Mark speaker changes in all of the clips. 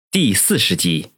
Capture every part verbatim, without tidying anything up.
Speaker 1: 第四十集。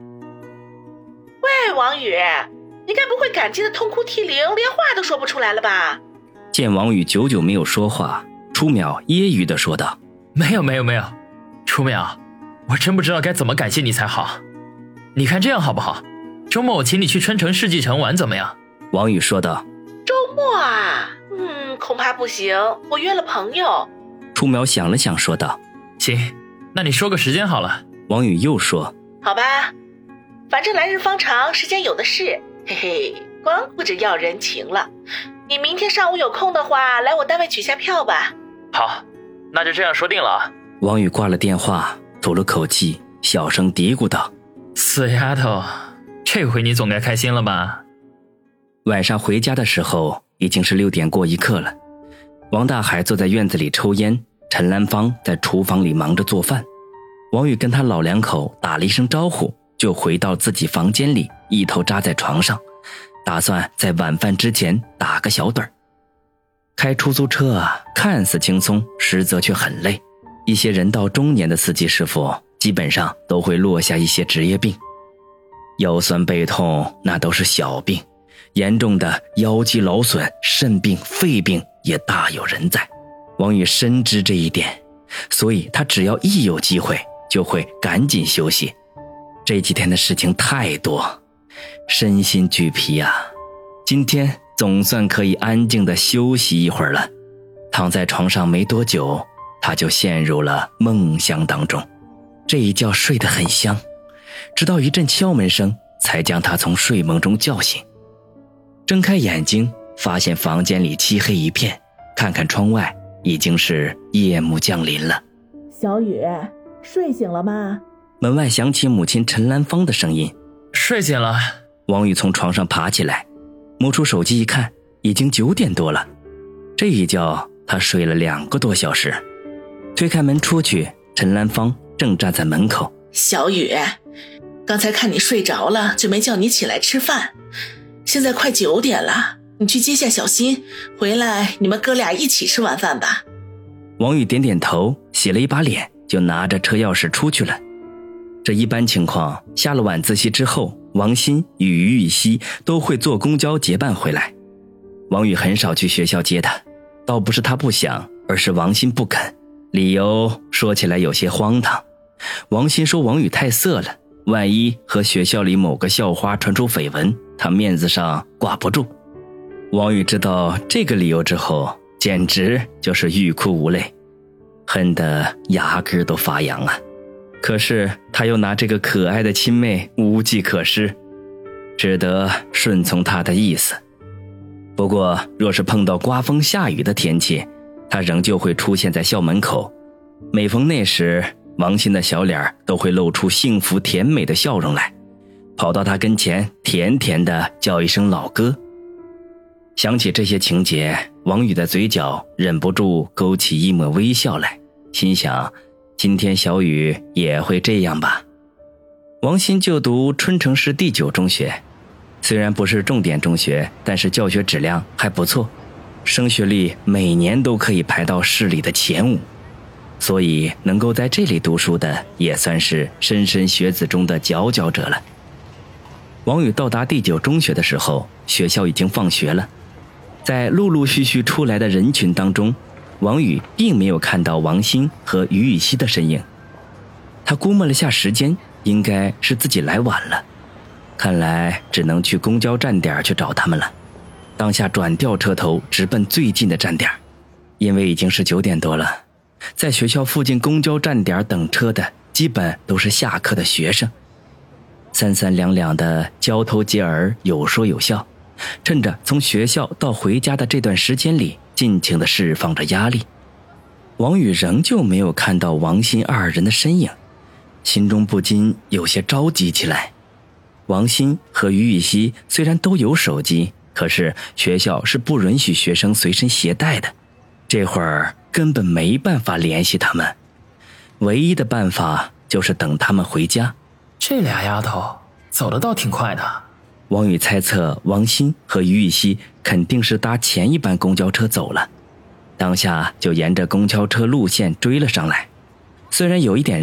Speaker 2: 喂，王宇，你该不会感激的痛哭涕零，连话都说不出来了吧？
Speaker 1: 见王宇久久没有说话，初淼揶揄地说道：
Speaker 3: 没有没有没有，初淼，我真不知道该怎么感谢你才好。你看这样好不好？周末我请你去春城世纪城玩怎么样？
Speaker 1: 王宇说道。
Speaker 2: 周末啊，嗯，恐怕不行，我约了朋友。
Speaker 1: 初淼想了想说道：
Speaker 3: 行，那你说个时间好了。
Speaker 1: 王宇又说：
Speaker 2: 好吧，反正来日方长，时间有的是，嘿嘿，光顾着要人情了。你明天上午有空的话，来我单位取下票吧。
Speaker 3: 好，那就这样说定了啊。
Speaker 1: 王宇挂了电话，吐了口气，小声嘀咕道：
Speaker 3: 死丫头，这回你总该开心了吧？
Speaker 1: 晚上回家的时候已经是六点过一刻了。王大海坐在院子里抽烟，陈兰芳在厨房里忙着做饭。王宇跟他老两口打了一声招呼，就回到自己房间里，一头扎在床上，打算在晚饭之前打个小盹儿。开出租车啊，看似轻松，实则却很累。一些人到中年的司机师傅基本上都会落下一些职业病，腰酸背痛那都是小病，严重的腰肌劳损、肾病、肺病也大有人在。王宇深知这一点，所以他只要一有机会就会赶紧休息。这几天的事情太多，身心俱疲啊，今天总算可以安静地休息一会儿了。躺在床上没多久，他就陷入了梦乡当中。这一觉睡得很香，直到一阵敲门声才将他从睡梦中叫醒。睁开眼睛，发现房间里漆黑一片，看看窗外，已经是夜幕降临了。
Speaker 2: 小雨，睡醒了吗？
Speaker 1: 门外响起母亲陈兰芳的声音。
Speaker 3: 睡醒了。
Speaker 1: 王宇从床上爬起来，摸出手机一看，已经九点多了。这一觉他睡了两个多小时。推开门出去，陈兰芳正站在门口。
Speaker 2: 小雨，刚才看你睡着了，就没叫你起来吃饭。现在快九点了，你去接下小新，回来你们哥俩一起吃晚饭吧。
Speaker 1: 王宇点点头，洗了一把脸，就拿着车钥匙出去了。这一般情况，下了晚自习之后，王鑫与于雨溪都会坐公交结伴回来。王宇很少去学校接他，倒不是他不想，而是王鑫不肯。理由说起来有些荒唐。王鑫说王宇太色了，万一和学校里某个校花传出绯闻，他面子上挂不住。王宇知道这个理由之后，简直就是欲哭无泪，恨得牙根都发痒啊。可是他又拿这个可爱的亲妹无计可施，只得顺从他的意思。不过若是碰到刮风下雨的天气，他仍旧会出现在校门口。每逢那时，王鑫的小脸都会露出幸福甜美的笑容来，跑到他跟前甜甜地叫一声老哥。想起这些情节，王宇的嘴角忍不住勾起一抹微笑来，心想今天小雨也会这样吧。王鑫就读春城市第九中学，虽然不是重点中学，但是教学质量还不错，升学率每年都可以排到市里的前五，所以能够在这里读书的也算是莘莘学子中的佼佼者了。王宇到达第九中学的时候，学校已经放学了。在陆陆续续出来的人群当中，王宇并没有看到王鑫和于雨溪的身影。他估摸了下时间，应该是自己来晚了，看来只能去公交站点去找他们了。当下转掉车头，直奔最近的站点，因为已经是九点多了，在学校附近公交站点等车的基本都是下课的学生。三三两两的交头接耳，有说有笑，趁着从学校到回家的这段时间里，尽情地释放着压力。王宇仍旧没有看到王鑫二人的身影，心中不禁有些着急起来。王鑫和于雨溪虽然都有手机，可是学校是不允许学生随身携带的，这会儿根本没办法联系他们，唯一的办法就是等他们回家。
Speaker 3: 这俩丫头走得倒挺快的。
Speaker 1: 王宇猜测王鑫和于雨溪肯定是搭前一班公交车走了，当下就沿着公交车路线追了上来。虽然有一点绕，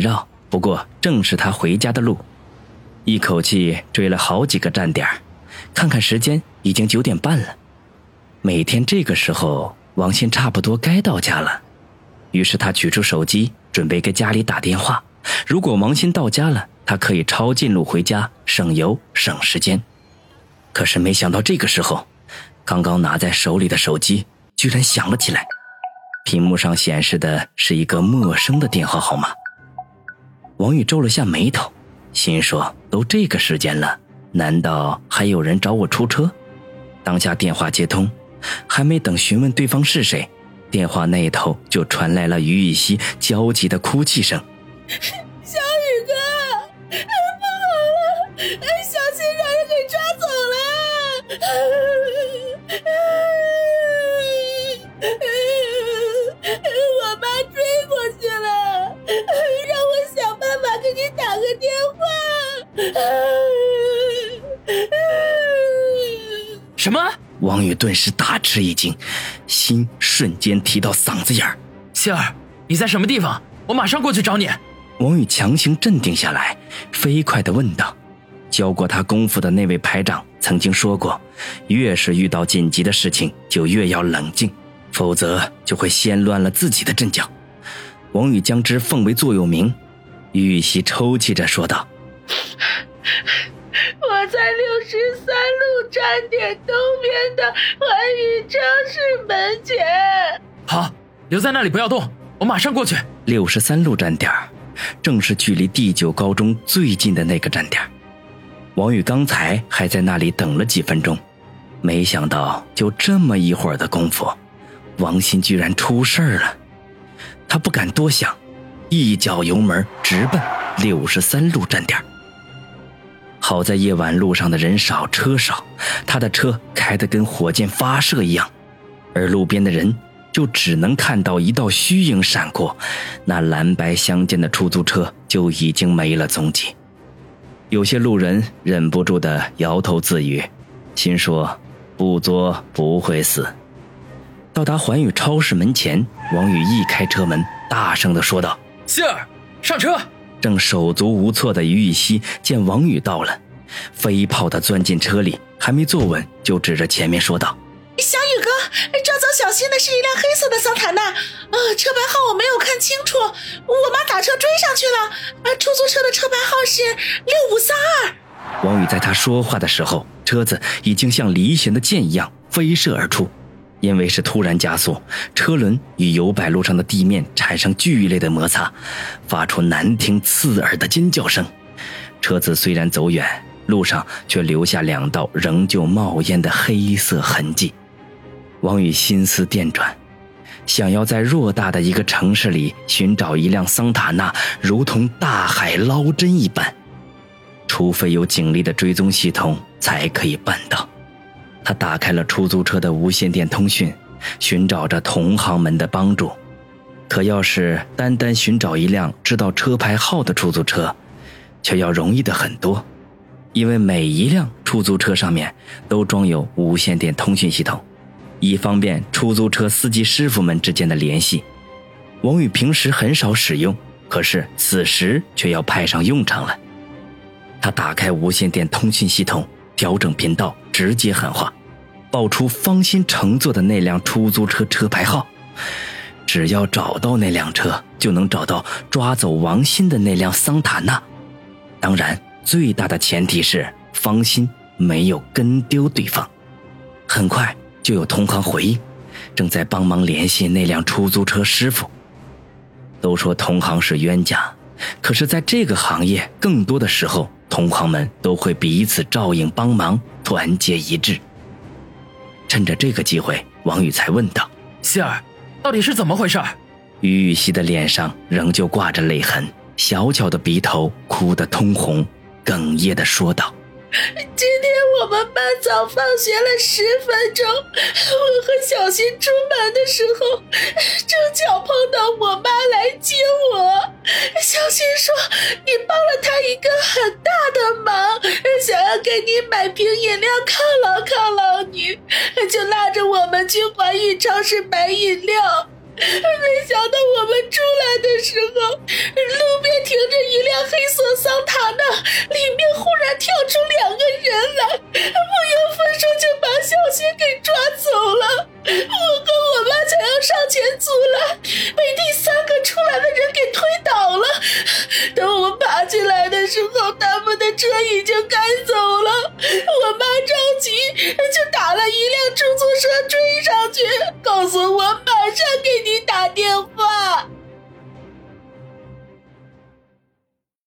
Speaker 1: 不过正是他回家的路。一口气追了好几个站点，看看时间已经九点半了。每天这个时候王鑫差不多该到家了，于是他取出手机准备给家里打电话，如果王鑫到家了，他可以抄近路回家，省油省时间。可是没想到这个时候，刚刚拿在手里的手机居然响了起来，屏幕上显示的是一个陌生的电话号码。王宇皱了下眉头，心说都这个时间了，难道还有人找我出车？当下电话接通，还没等询问对方是谁，电话那头就传来了于雨溪焦急的哭泣声。
Speaker 2: 小雨哥，不好了，小新让人给抓走了。我妈追过去了，让我想办法给你打个电话。
Speaker 3: 什么？
Speaker 1: 王宇顿时大吃一惊，心瞬间提到嗓子眼儿。
Speaker 3: 希儿，你在什么地方？我马上过去找你。
Speaker 1: 王宇强行镇定下来，飞快地问道。教过他功夫的那位排长曾经说过，越是遇到紧急的事情就越要冷静，否则就会掀乱了自己的阵脚。王宇将之奉为座右铭。于雨溪抽泣着说道，
Speaker 2: 我在六十三路站点东边的环宇超市门前。
Speaker 3: 好，留在那里不要动，我马上过去。
Speaker 1: 六十三路站点正是距离第九高中最近的那个站点。王宇刚才还在那里等了几分钟，没想到就这么一会儿的功夫，王鑫居然出事儿了。他不敢多想，一脚油门直奔六十三路站点。好在夜晚路上的人少车少，他的车开得跟火箭发射一样，而路边的人就只能看到一道虚影闪过，那蓝白相间的出租车就已经没了踪迹。有些路人忍不住地摇头自语，心说不作不会死。到达环宇超市门前，王宇一开车门，大声地说道，
Speaker 3: 希儿，上车。
Speaker 1: 正手足无措的于雨溪见王宇到了，飞炮地钻进车里，还没坐稳就指着前面说道，
Speaker 2: 小宇哥，抓走小新的是一辆黑色的桑塔纳，呃，车牌号我没有看清楚，我妈打车追上去了，呃，出租车的车牌号是六五三二。
Speaker 1: 王宇在他说话的时候，车子已经像离弦的箭一样飞射而出，因为是突然加速，车轮与油柏路上的地面产生剧烈的摩擦，发出难听刺耳的尖叫声。车子虽然走远，路上却留下两道仍旧冒烟的黑色痕迹。王宇心思电转，想要在偌大的一个城市里寻找一辆桑塔纳，如同大海捞针一般，除非有警力的追踪系统才可以办到。他打开了出租车的无线电通讯，寻找着同行们的帮助。可要是单单寻找一辆知道车牌号的出租车，却要容易的很多，因为每一辆出租车上面都装有无线电通讯系统，以方便出租车司机师傅们之间的联系。王宇平时很少使用，可是此时却要派上用场了。他打开无线电通讯系统，调整频道，直接喊话，报出方鑫乘坐的那辆出租车车牌号。只要找到那辆车，就能找到抓走王鑫的那辆桑塔纳。当然，最大的前提是方鑫没有跟丢对方。很快就有同行回应，正在帮忙联系那辆出租车师傅。都说同行是冤家，可是在这个行业，更多的时候同行们都会彼此照应帮忙，团结一致。趁着这个机会，王宇才问道，
Speaker 3: 希儿，到底是怎么回事？
Speaker 1: 于雨溪的脸上仍旧挂着泪痕，小巧的鼻头哭得通红，哽咽地说道，
Speaker 2: 今天我们班早放学了十分钟，我和小新出门的时候，正巧碰到我妈来接我。小新说你帮了她一个很大的忙，想要给你买瓶饮料犒劳犒劳你，就拉着我们去环宇超市买饮料。 没想到我们出来的时候，路边停着一辆黑色桑塔纳，里面忽然跳出两个人来，不由分说就把小新给抓走了。我和我妈想要上前阻拦，被第三个出来的人给推倒了。等我们爬进来的时候，他们的车已经开走了。我妈着急就打了一辆出租车追上去，告诉我